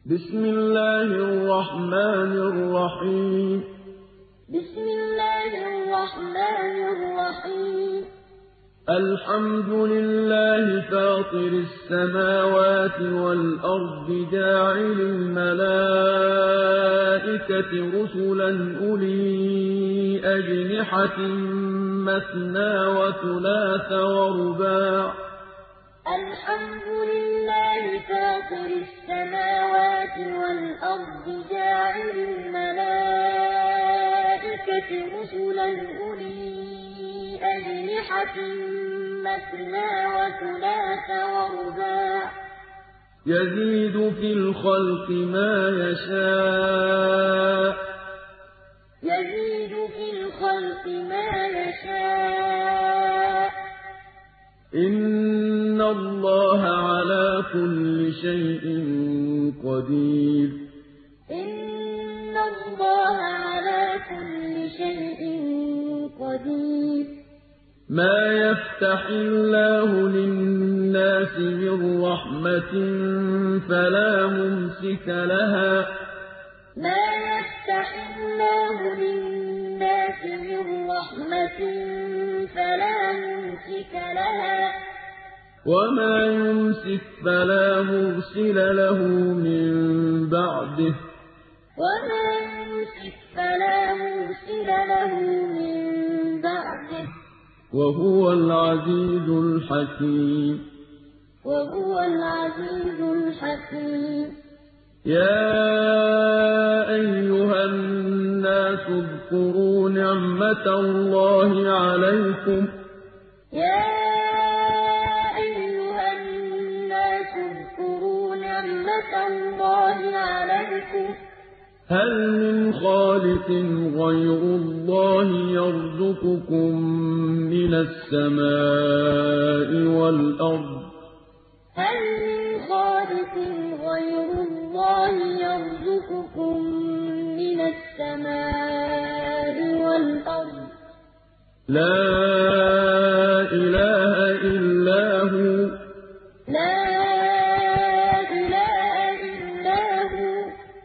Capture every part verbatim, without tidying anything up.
بسم الله الرحمن الرحيم بسم الله الرحمن الرحيم الحمد لله فاطر السماوات والأرض جاعل الملائكة رسلا أولي أجنحة مثنى وثلاث ورباع الحمد لله فاطر السماوات والأرض جاعل الملائكة رسلا أولي أجنحة مثنى وثلاث ورباع يزيد في الخلق ما يشاء يزيد في الخلق ما يشاء إن الله على كل شيء قدير إن الله على كل شيء قدير ما يفتح الله للناس من رحمة فلا ممسك لها ما يفتح الله للناس من رحمة فلا ممسك لها وما يمسك فلا مرسل له من بعده وما يمسك فلا مرسل له من بعده وهو العزيز الحكيم وهو العزيز الحكيم يا أيها الناس اذكروا نعمة الله عليكم يا أيها الناس اذكروا نعمة الله عليكم هل من خالق غير الله يرزقكم من السماء والأرض هل من خالق غير الله يرزقكم من السماء والأرض لا إله إلا هو لا إله إلا هو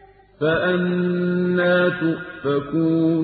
فأنى تؤفكون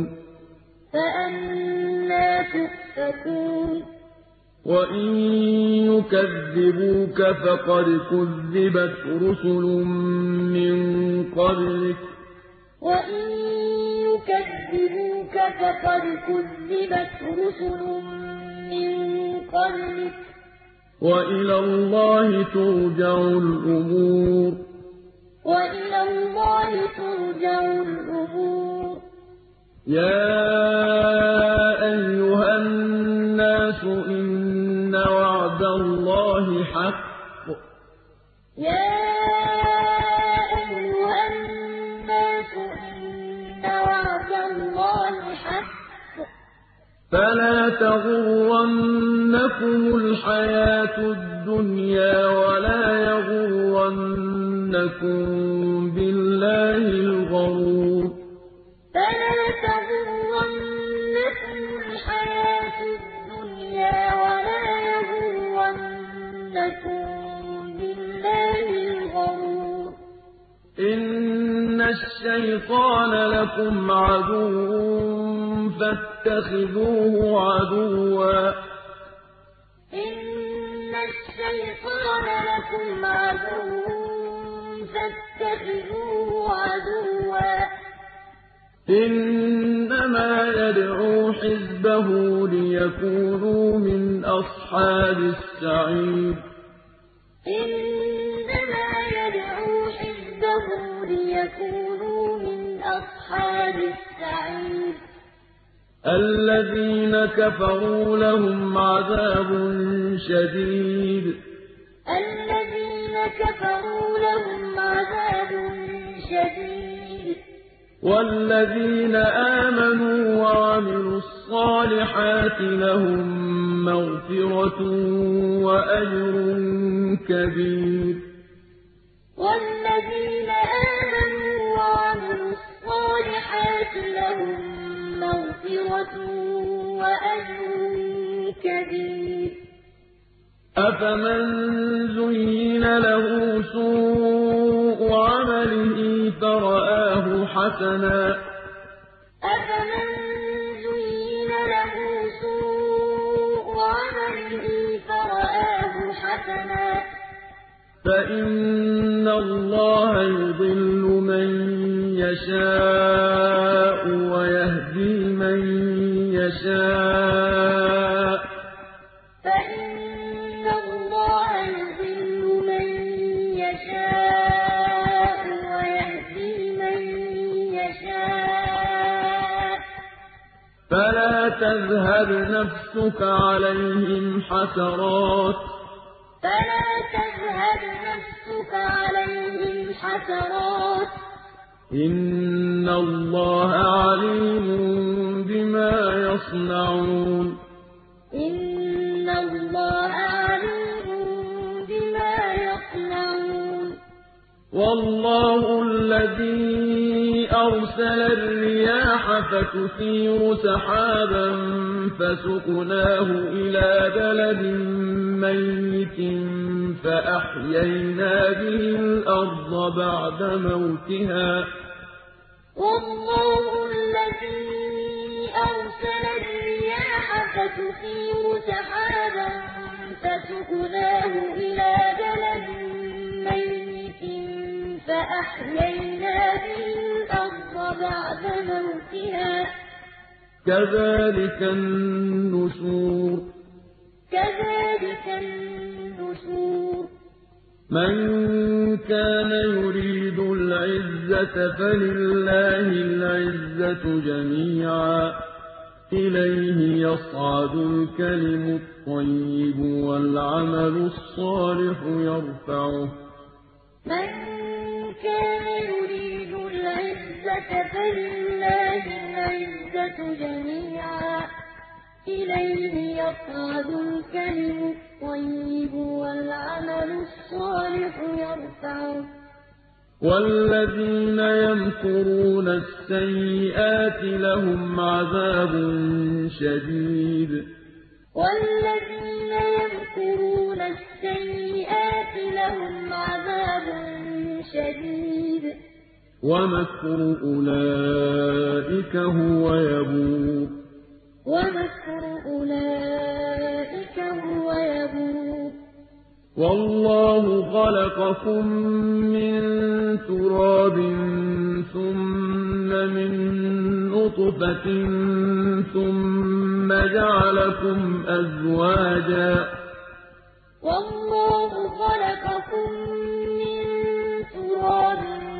فأنى تؤفكون وإن يكذبوك فقد كذبت رسل من قبلك وإن يكذبوك فقد كذبت رسل من قبلك وإلى الله ترجع الأمور وإلى الله ترجع الأمور يا أيها الناس إن وعد الله حق يا أيها الناس إن وعد الله حق فلا تغرنكم الحياة الدنيا ولا يغرنكم بالله الغرور فلا تغرنكم الحياة الدنيا ولا يغرنكم بالله الغرور إن الشيطان لكم عدو فاتخذوه عدوا إن الشيطان لكم عدو فاتخذوه عدوا إنما يدعو حزبه ليكونوا من أصحاب السعير إنما يدعو حزبه ليكونوا من أصحاب السعير الذين كفروا لهم عذاب شديد الذين كفروا لهم عذاب شديد والذين آمنوا وعملوا الصالحات لهم مغفرة وأجر كبير والذين آمنوا وعملوا الصالحات لهم مغفرة وأجر كبير أفمن زين له سوء عمله فرآه حسنا أفمن زين له سوء عمله فرآه حسنا فإن الله يضل من يشاء ويهدي من يشاء فإن الله يضل من يشاء ويهدي من يشاء فلا تذهب نفسك عليهم حسرات فلا تذهب نفسك عليهم حسرات إن الله عليم بما يصنعون إن الله عليم بما يصنعون والله الذي أرسل الرياح فتثير سحابا فسقناه إلى بلد ميت فأحيينا به الأرض بعد موتها والله الذي أرسل الرياح فتثير سحابا فسقناه إلى بلد ميت فأحيينا به الأرض بعد موتها كذلك النشور كذلك النشور من كان يريد العزة فلله العزة جميعا إليه يصعد الكلم الطيب والعمل الصالح يرفعه من كان يريد العزة فلله العزة جميعا إليه يصعد الكلم الطيب والعمل الصالح يرفعه والذين يمكرون السيئات لهم عذاب شديد والذين يمكرون السيئات لهم عذاب شديد ومكر أولئك هو يبور ومكر أولئك هو يبور والله خلقكم من تراب ثم من نطفة ثم جعلكم أزواجا والله خلقكم من تراب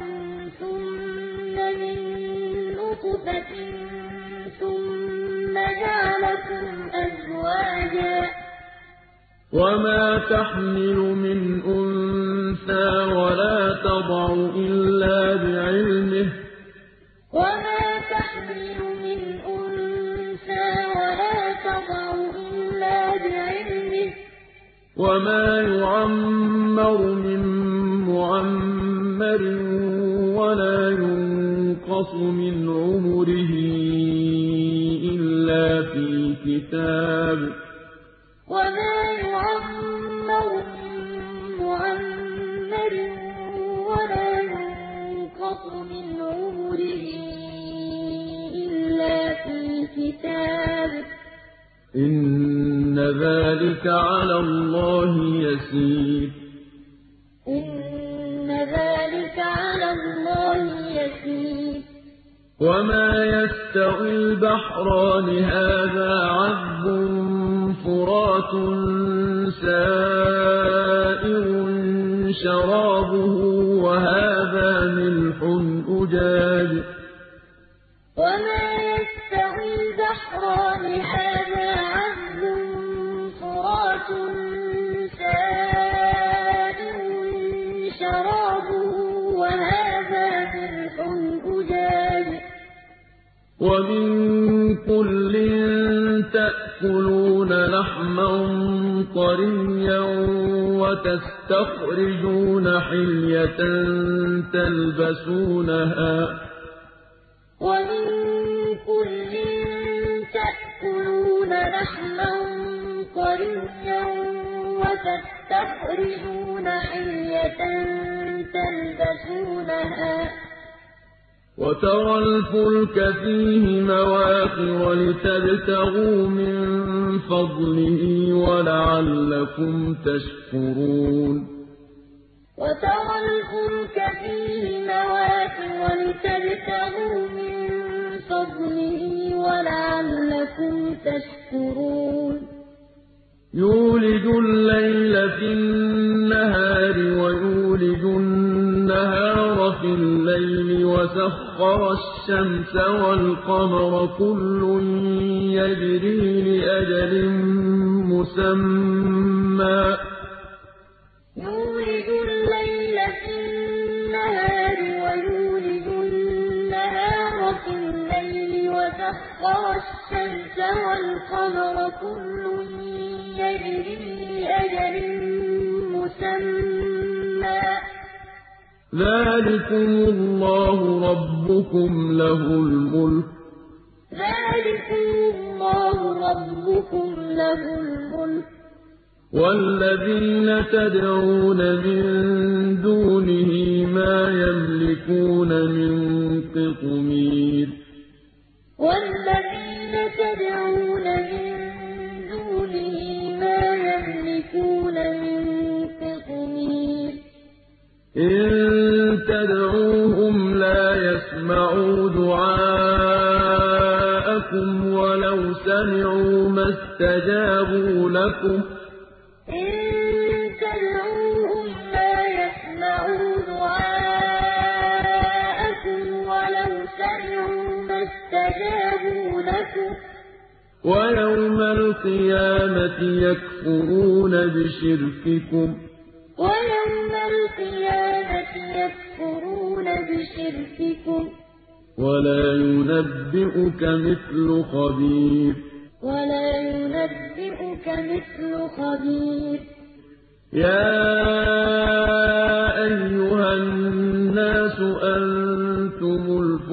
ثم من نطفة ثم جعلكم أزواجا وما تحمل من أنثى ولا تضع إلا بعلمه وما تحمل من أنثى ولا تضع إلا بعلمه وما يعمر من معمر ولا ينقص من عمره إلا في كتاب وما يعمر من معمر ولا ينقص من عمره إلا في كتاب إن ذلك على الله يسير إن ذلك على الله يسير وما يستوي البحران هذا عذب فرات سائر شرابه وهذا ملح أجاج وما يستوي البحران هذا عذب فرات سائر شرابه وهذا ملح أجاج ومن كل تأكلون لحما طريا وتستخرجون حلية تلبسونها ومن كل تأكلون لحما طريا وتستخرجون حلية تلبسونها وترى الفلك فيه مواخر لتبتغوا من فضله ولعلكم تشكرون وترى الفلك فيه مواخر لتبتغوا من فضله ولعلكم تشكرون يولج الليل في النهار ويولج النهار في الليل وسخر الشمس والقمر كل يجري لأجل مسمى يولج الليل في النهار ويولج النهار في الليل وسخر الشمس والقمر كل يجري لأجل مسمى ذلكم الله ربكم له الملك ذلكم الله ربكم له الملك والذين تدعون من دونه ما يملكون من قطمير والذين تدعون من دونه ما يملكون من قطمير إن تدعوهم لا يسمعوا دعاءكم ولو سمعوا ما استجابوا لكم إن تدعوهم لا يسمعوا دعاءكم ولو سمعوا ما استجابوا لكم ويوم القيامة يكفرون بشرككم ويوم القيامة يكفرون بشرككم ولا ينبئك مثل خبير ولا ينبئك مثل خبير يا أيها الناس أنتم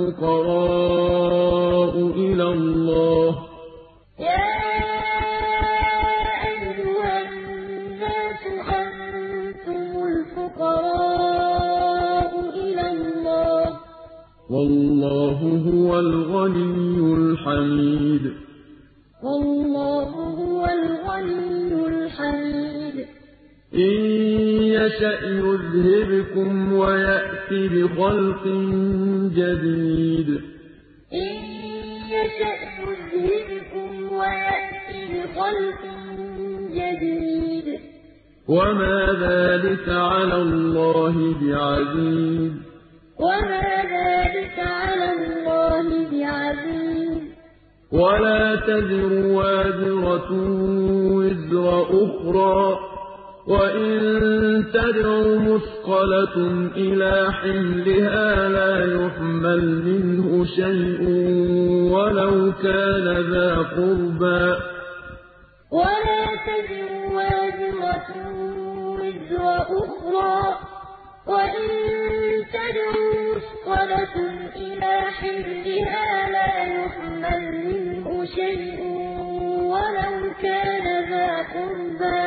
الفقراء إلى الله يا أيها الناس أنتم الفقراء إلى الله والله هو الغني الحميد والله هو الغني الحميد إن يشأ يذهبكم ويأتي بخلق جديد إن يشأ يذهبكم ويأتي بخلق جديد وما ذلك على الله بعزيز وما ذلك على الله بعزيز ولا تزر وازرة وزر أخرى وإن تدع مثقلة إلى حملها لا يحمل منه شيء ولو كان ذا قربى ولا تزر وازرة وزر أخرى وإن تدع مثقلة إلى حملها لا يحمل منه شيء ولو كان ذا قربى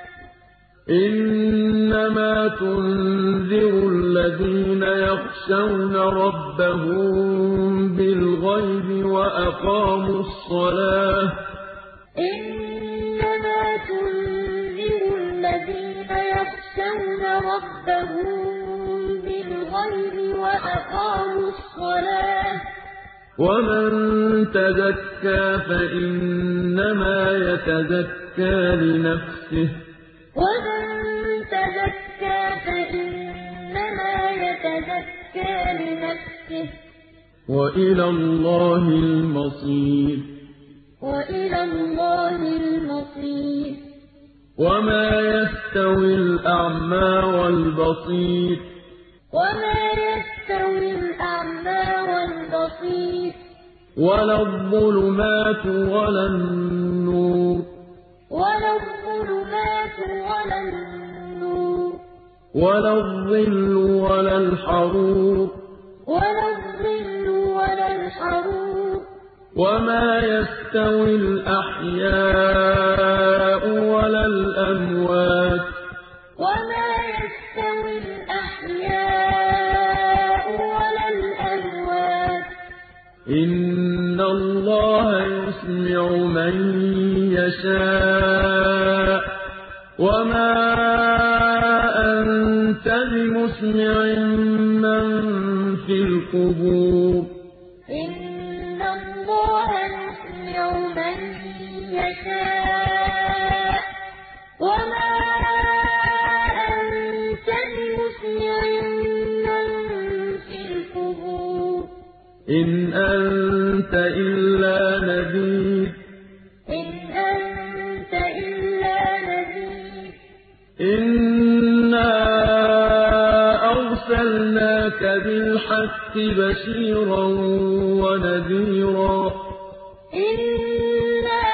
إنما تنذر الذين يخشون ربهم بالغيب وأقاموا الصلاة إنما تنذر الذين يخشون ربهم بالغيب وأقاموا الصلاة ومن تزكى فإنما يتزكى لنفسه ومن تزكى فإنما يتزكى لنفسه وإلى الله المصير وإلى الله المصير وما يستوي الأعمى والبصير وما يستوي الأعمى والبصير ولا الظلمات ولا النور ولا الظلمات ولا النور ولا الظل ولا الحرور ولا الظل ولا الحرور وما يستوي الأحياء ولا الأموات وما يستوي الأحياء ولا الأموات إِنَّ اللَّهَ يُسْمِعُ مَن يَشَاءُ ۖ وَمَا أَنتَ بِمُسْمِعٍ مَّن فِي الْقُبُورِ إِنَّ اللَّهَ يُسْمِعُ مَن يَشَاءُ ۖ وَمَا أَنتَ بِمُسْمِعٍ مَّن فِي الْقُبُورِ إِنْ أَنتَ إِلَّا نَذِيرٌ إِنْ أَنتَ إِلَّا نَذِيرٌ إِنَّا أَرْسَلْنَاكَ بِالْحَقِّ بَشِيرًا وَنَذِيرًا إِنَّا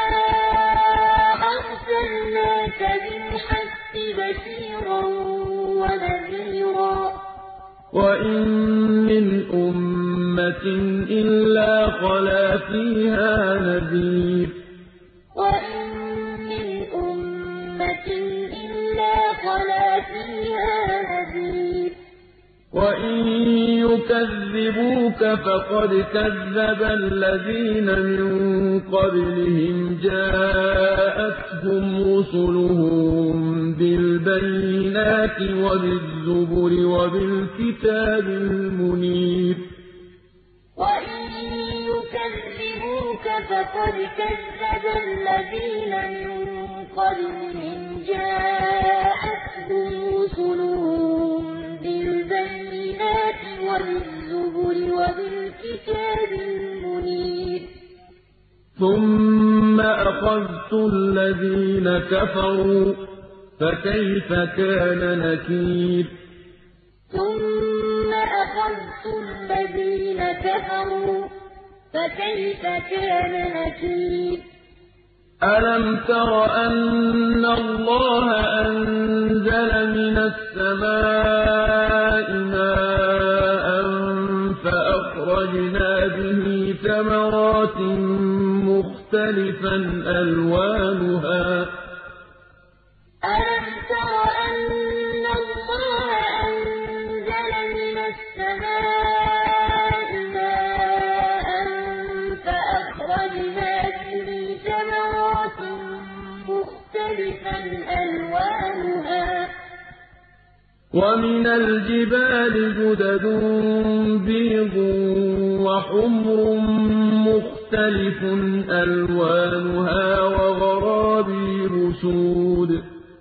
أَرْسَلْنَاكَ بِالْحَقِّ بَشِيرًا وَنَذِيرًا وَإِن مِّنْ أُمَّةٍ إِلَّا خَلَا فِيهَا نَذِيرٌ وَإِن مِّنْ أُمَّةٍ إِلَّا خَلَا فِيهَا نَذِيرٌ وَإِن يُكَذِّبُوكَ فَقَدْ كَذَّبَ الَّذِينَ مِن قَبْلِهِمْ جَاءَتْهُمْ رُسُلُهُم بِالْبَيِّنَاتِ وَبِالزُّبُرِ وَبِالْكِتَابِ الْمُنِيرِ وَإِن يُكَذِّبُوكَ فَقَدْ كَذَّبَ الَّذِينَ مِن قَبْلِهِمْ جَاءَتْهُمْ رُسُلُهُم بِالْبَيِّنَاتِ وَبِالزُّبُرِ وَبِالْكِتَابِ الْمُنِيرِ ثُمَّ أَخَذْتُ الَّذِينَ كَفَرُوا فَكَيْفَ كَانَ نَكِيرِ ثُمَّ أَخَذْتُ الَّذِينَ كَفَرُوا فَكَيْفَ كَانَ نَكِيرِ أَلَمْ تَرَ أَنَّ اللَّهَ أَنزَلَ مِنَ السَّمَاءِ مَاءً فَأَخْرَجْنَا بِهِ ثَمَرَاتٍ مُّخْتَلِفًا أَلْوَانُهَا ۚ أَلَمْ تَرَ أَنَّ اللَّهَ أَنزَلَ مِنَ السَّمَاءِ مَاءً فَأَخْرَجْنَا بِهِ ثَمَرَاتٍ مُّخْتَلِفًا أَلْوَانُهَا ۚ وَمِنَ الْجِبَالِ جُدَدٌ بِيضٌ وَحُمْرٌ مُّخْتَلِفٌ أَلْوَانُهَا وَغَرَابِيبُ سُودٌ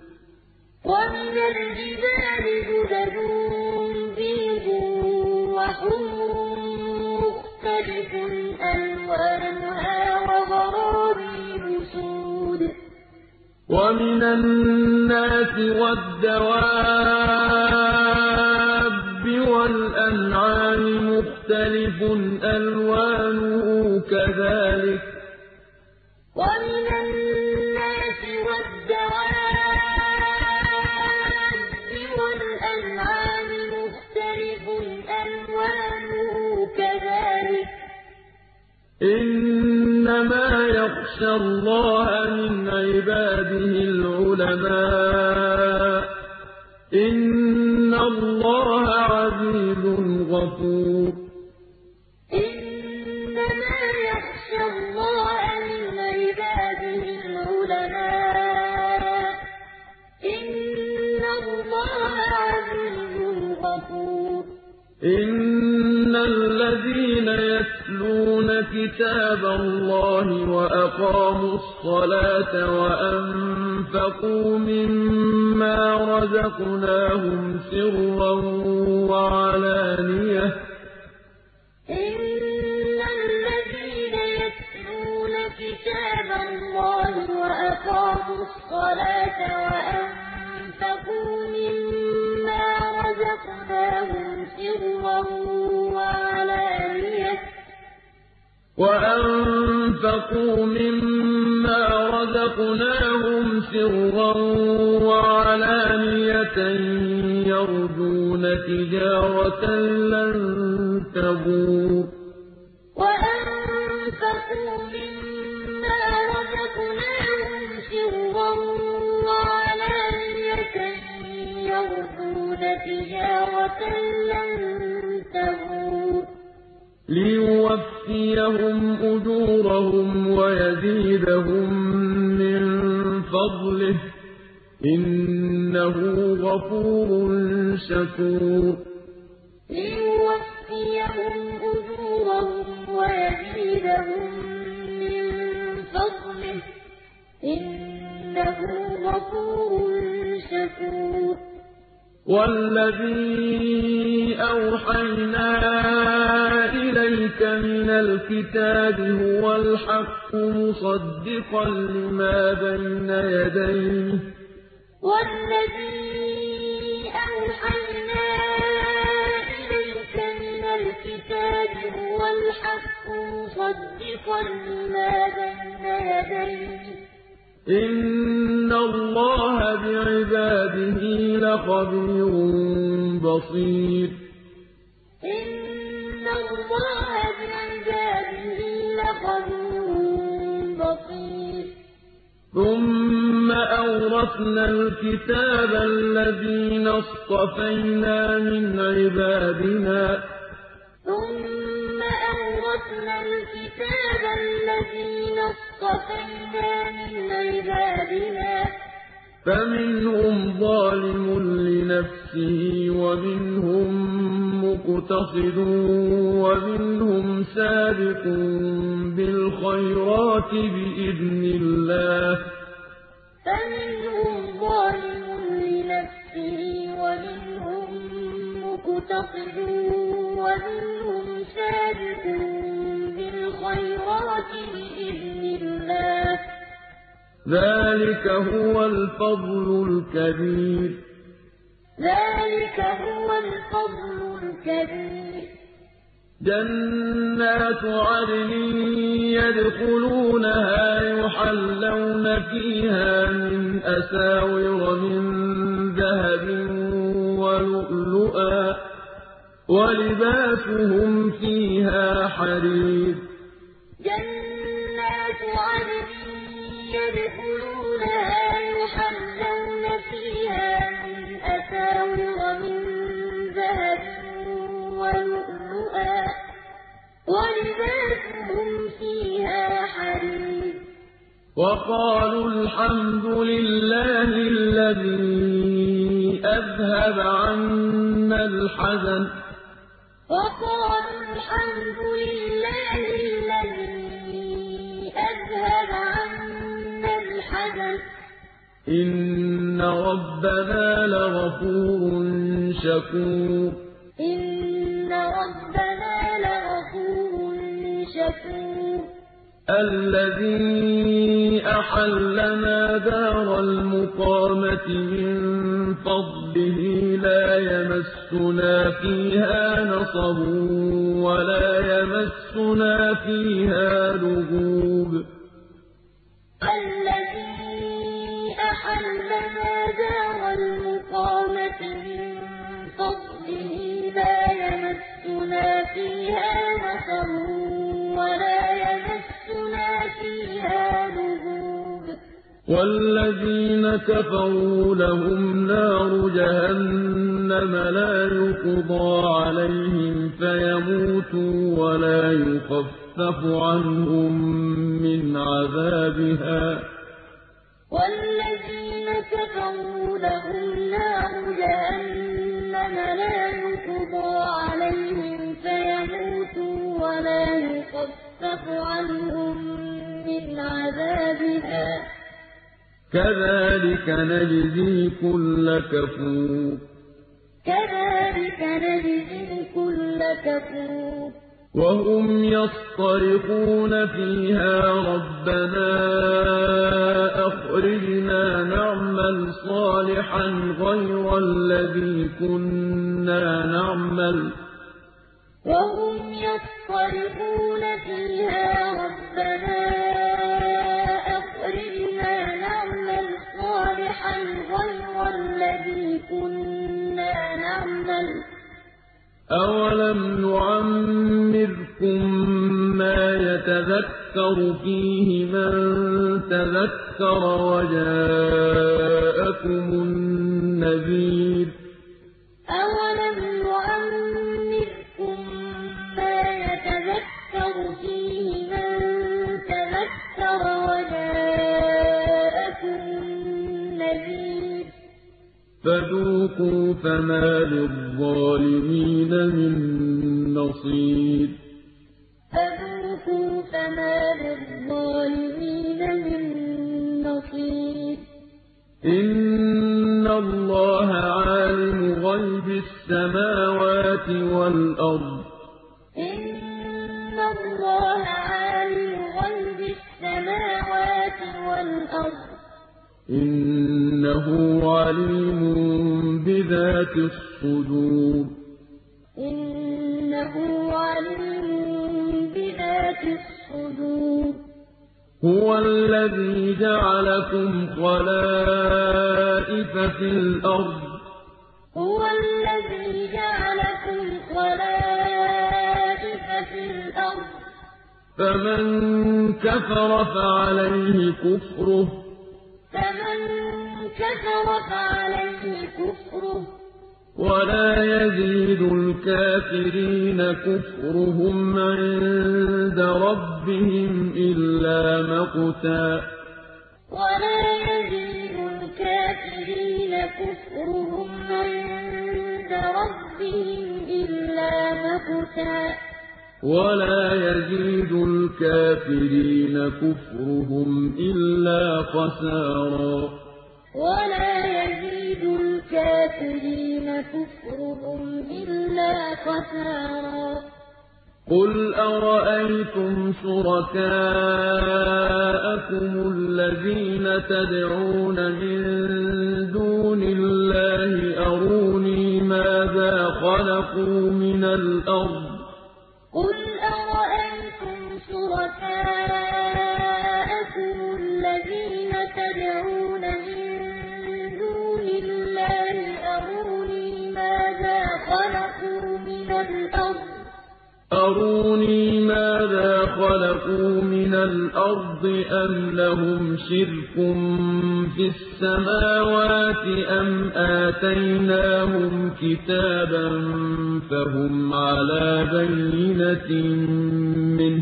وَمِنَ الْجِبَالِ جُدَدٌ بِيضٌ وَحُمْرٌ مُّخْتَلِفٌ أَلْوَانُهَا وَغَرَابِيبُ سُودٌ وَمِنَ النَّاسِ وَالدَّوَابِّ وَالْأَنْعَامِ مُخْتَلِفٌ أَلْوَانُهُ كَذَٰلِكَ ۗ وَمِنَ النَّاسِ وَالدَّوَابِّ وَالْأَنْعَامِ مُخْتَلِفٌ أَلْوَانُهُ كَذَٰلِكَ ۗ إِنَّمَا يَخْشَى اللَّهَ مِنْ عِبَادِهِ الْعُلَمَاءُ ۗ إِنَّ اللَّهَ عَزِيزٌ غَفُورٌ إِنَّمَا يَخْشَى اللَّهَ مِنْ عِبَادِهِ الْعُلَمَاءُ ۗ إِنَّ اللَّهَ عَزِيزٌ غَفُورٌ إِنَّ الَّذِينَ يَتْلُونَ كِتَابَ اللَّهِ وَأَقَامُوا الصَّلَاةَ وَأَنفَقُوا مِمَّا رَزَقْنَاهُمْ سِرًّا وَعَلَانِيَةً إِنَّ الَّذِينَ يَتْلُونَ كِتَابَ اللَّهِ وَأَقَامُوا الصَّلَاةَ وَأَنفَقُوا مِمَّا رَزَقْنَاهُمْ سِرًّا وَعَلَانِيَةً وَأَنفَقُوا مِمَّا رَزَقْنَاهُمْ سِرًّا وَعَلَانِيَةً يَرْجُونَ تِجَارَةً لَّن تَبُورَ وَأَنفَقُوا مِمَّا رَزَقْنَاهُمْ سِرًّا وَعَلَانِيَةً يَرْجُونَ تِجَارَةً لَّن تَبُورَ لِيُوَفِّيَهُمْ ليوفيهم أجورهم ويزيدهم من فضله إنه غفور شكور ليوفيهم أجورهم ويزيدهم من فضله إنه غفور شكور والذي أوحينا إليك من الكتاب هو الحق مصدقا لما بين يديه والذي أوحينا إليك من الكتاب هو الحق مصدقا لما بين يديه إن الله بعباده لخبير بصير إن الله بعباده لخبير بصير ثم أورثنا الكتاب الذين اصطفينا من عبادنا ثم أورثنا الكتاب الذين اصطفينا من عبادنا فمنهم ظالم لنفسه ومنهم مقتصد ومنهم سابق بالخيرات بإذن الله فمنهم ظالم لنفسه ومنهم مقتصد ومنهم سابق بالخيرات بإذن الله ذلك هو الفضل الكبير ذلك هو الفضل الكبير جنات عدن يدخلونها يحلون فيها من أساور من ذهب ولؤلؤا ولباسهم فيها حرير جنات عدن يدخلونها يحلون فيها من أساور من ذهب ولؤلؤا ولباسهم فيها حرير وقالوا الحمد لله الذي أذهب عنا الحزن وقالوا الحمد لله الذي أذهب عنا الحزن إن ربنا لغفور شكور إن ربنا لغفور شكور الذي أحلنا دار المقامة من فضله لا يمسنا فيها نصب ولا يمسنا فيها لغوب الذي أحلنا دار المقامة من فضله لا يمسنا فيها نصب ولا يمسنا فيها لغوب والذين كفروا لهم نار جهنم لا يقضى عليهم فيموتوا ولا يخفف عنهم من عذابها والذين كفروا لهم نار جهنم لا يقضى عليهم فيموتوا ولا يخفف عنهم من عذابها كذلك نجزي كل كفور كذلك نجزي كل كفور وهم يصطرخون فيها ربنا أخرجنا نعمل صالحا غير الذي كنا نعمل وهم يصطرخون فيها ربنا أخرجنا نعمل صالحا غير الذي كنا نعمل أولم نعمركم ما يتذكر فيه من تذكر وجاءكم النذير أولم نعمركم ما يتذكر فيه فما للظالمين من نصير فذوقوا فما للظالمين من نصير إن الله عالم غيب السماوات والأرض إن الله عالم غيب السماوات والأرض إنه عليم بذات الصدور إنه عليم بذات الصدور هو الذي جعلكم خلائف في الأرض هو الذي جعلكم خلائف في الأرض فمن كفر فعليه كفره فمن كفر فعليه كفره ولا يزيد الكافرين كفرهم عند ربهم إلا مقتا ولا يزيد الكافرين كفرهم عند ربهم إلا مقتا ولا يزيد الكافرين كفرهم إلا خسارا ولا يزيد الكافرين كفرهم إلا خسارا قل أرأيتم شركاءكم الذين تدعون من دون الله أروني ماذا خلقوا من الأرض قل أرأيتم شركاءكم الذين تدعون من دون الله أروني ماذا خلقوا من الأرض أروني ماذا خلقوا من الأرض أم لهم شرك في السماوات أم آتيناهم كتابا فهم على بينة منه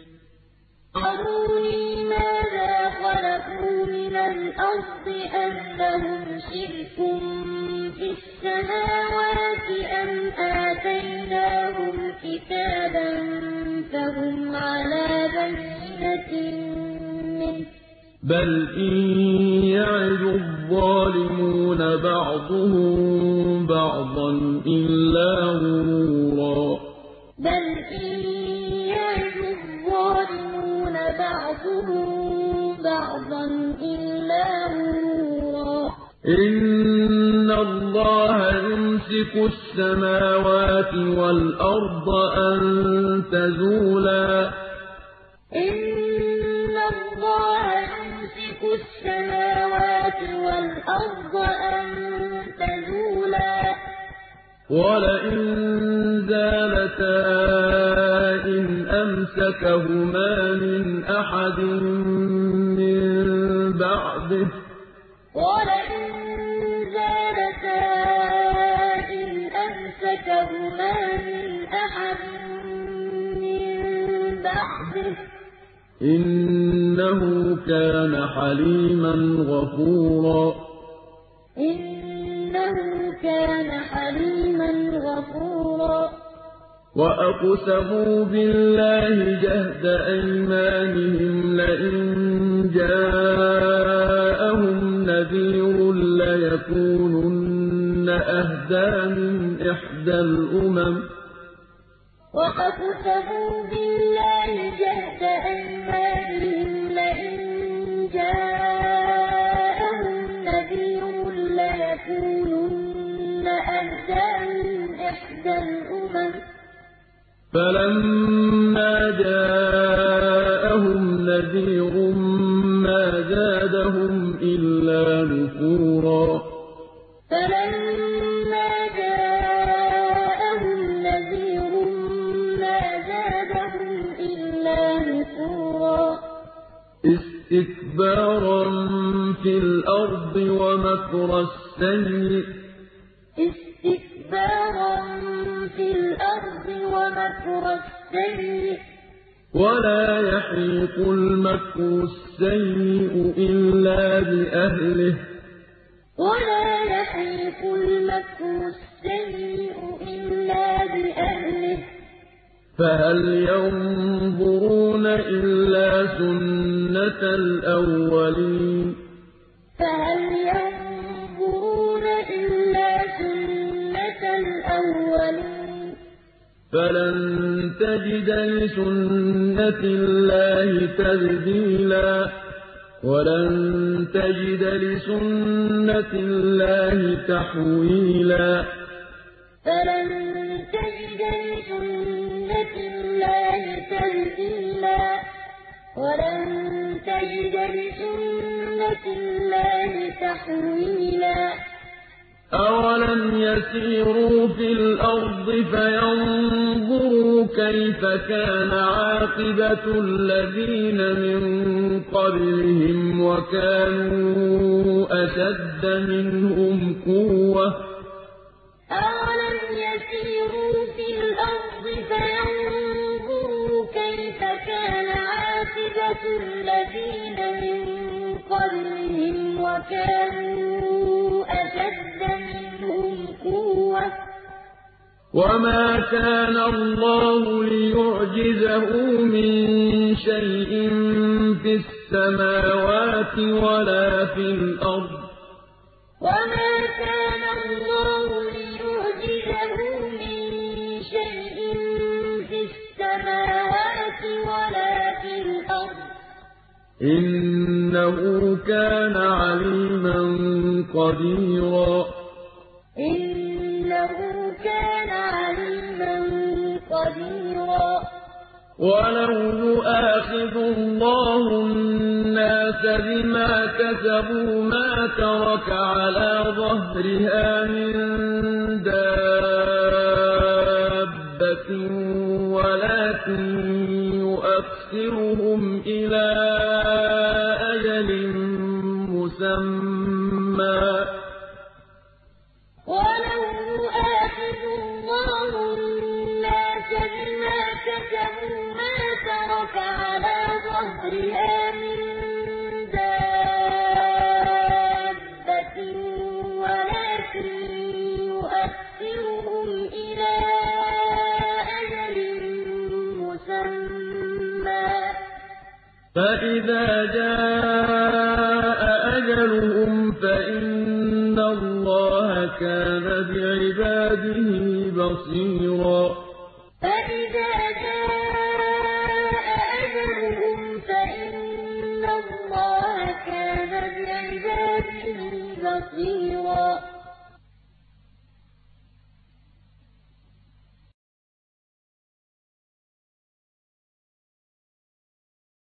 أروني ماذا خلقوا من الأرض أم لهم شرك في السماوات أم آتيناهم كتابا فهم على بينة منه بل إن يعد الظالمون بعضهم بعضا إلا غرورا بل إن يعد الظالمون بعضهم بعضا إلا غرورا إن الله يمسك السماوات والأرض أن تزولا إن الله يمسك السماوات والأرض أن تزولا ولئن زالتا إن أمسكهما من أحد من بعده ولئن زالتا إن أمسكهما من أحد من بعده إنه كان حليما غفورا إنه كان حليما غفورا وأقسموا بالله جهد أيمانهم لئن جاءهم نذير ليكونن أهدى من إحدى الأمم وأقسموا بالله جهد أيمانهم لئن جاءهم نذير ليكونن أهدى من إحدى الأمم فلما جاءهم نذير ما زادهم إلا نفورا فلما جاءهم نذير ما زادهم إلا نفورا استكبارا في الأرض ومكر السيء استكبارا في الأرض ومكر السيء ولا يحيق المكر السيء إلا بأهله ولا يحيق المكر السيء إلا بأهله فهل ينظرون إلا سنة الأولين فهل ينظرون إلا سنة الأولين فلن تجد لسنة الله تبديلا ولن تجد لسنة الله تحويلا فلن تجد لسنة الله تبديلا ولن تجد لسنة الله تحويلا أولم يسيروا في الأرض فينظروا كيف كان عاقبة الذين من قبلهم وكانوا أشد منهم قوة أولم يسيروا في الأرض فينظروا كيف كان عاقبة الذين من قبلهم وكانوا أشد منهم قوة وما كان الله ليعجزه من شيء في السماوات ولا في الأرض وما كان الله ليعجزه من شيء في السماوات ولا في الأرض إنه كان عليما قديرا إنه كان عليما قديرا ولو يؤاخذ الله الناس بما كسبوا ما ترك على ظهرها من دابة ولكن يؤخرهم إلى أجل مسمى ولو يؤاخذ الله الناس بما كسبوا ما ترك على ظهرها من دابة ولكن يؤخرهم إلى أجل مسمى فإذا جاء أجلهم فإن الله كان بعباده بصيرا فإذا جاء أجلهم فإن الله كان بعباده بصيرا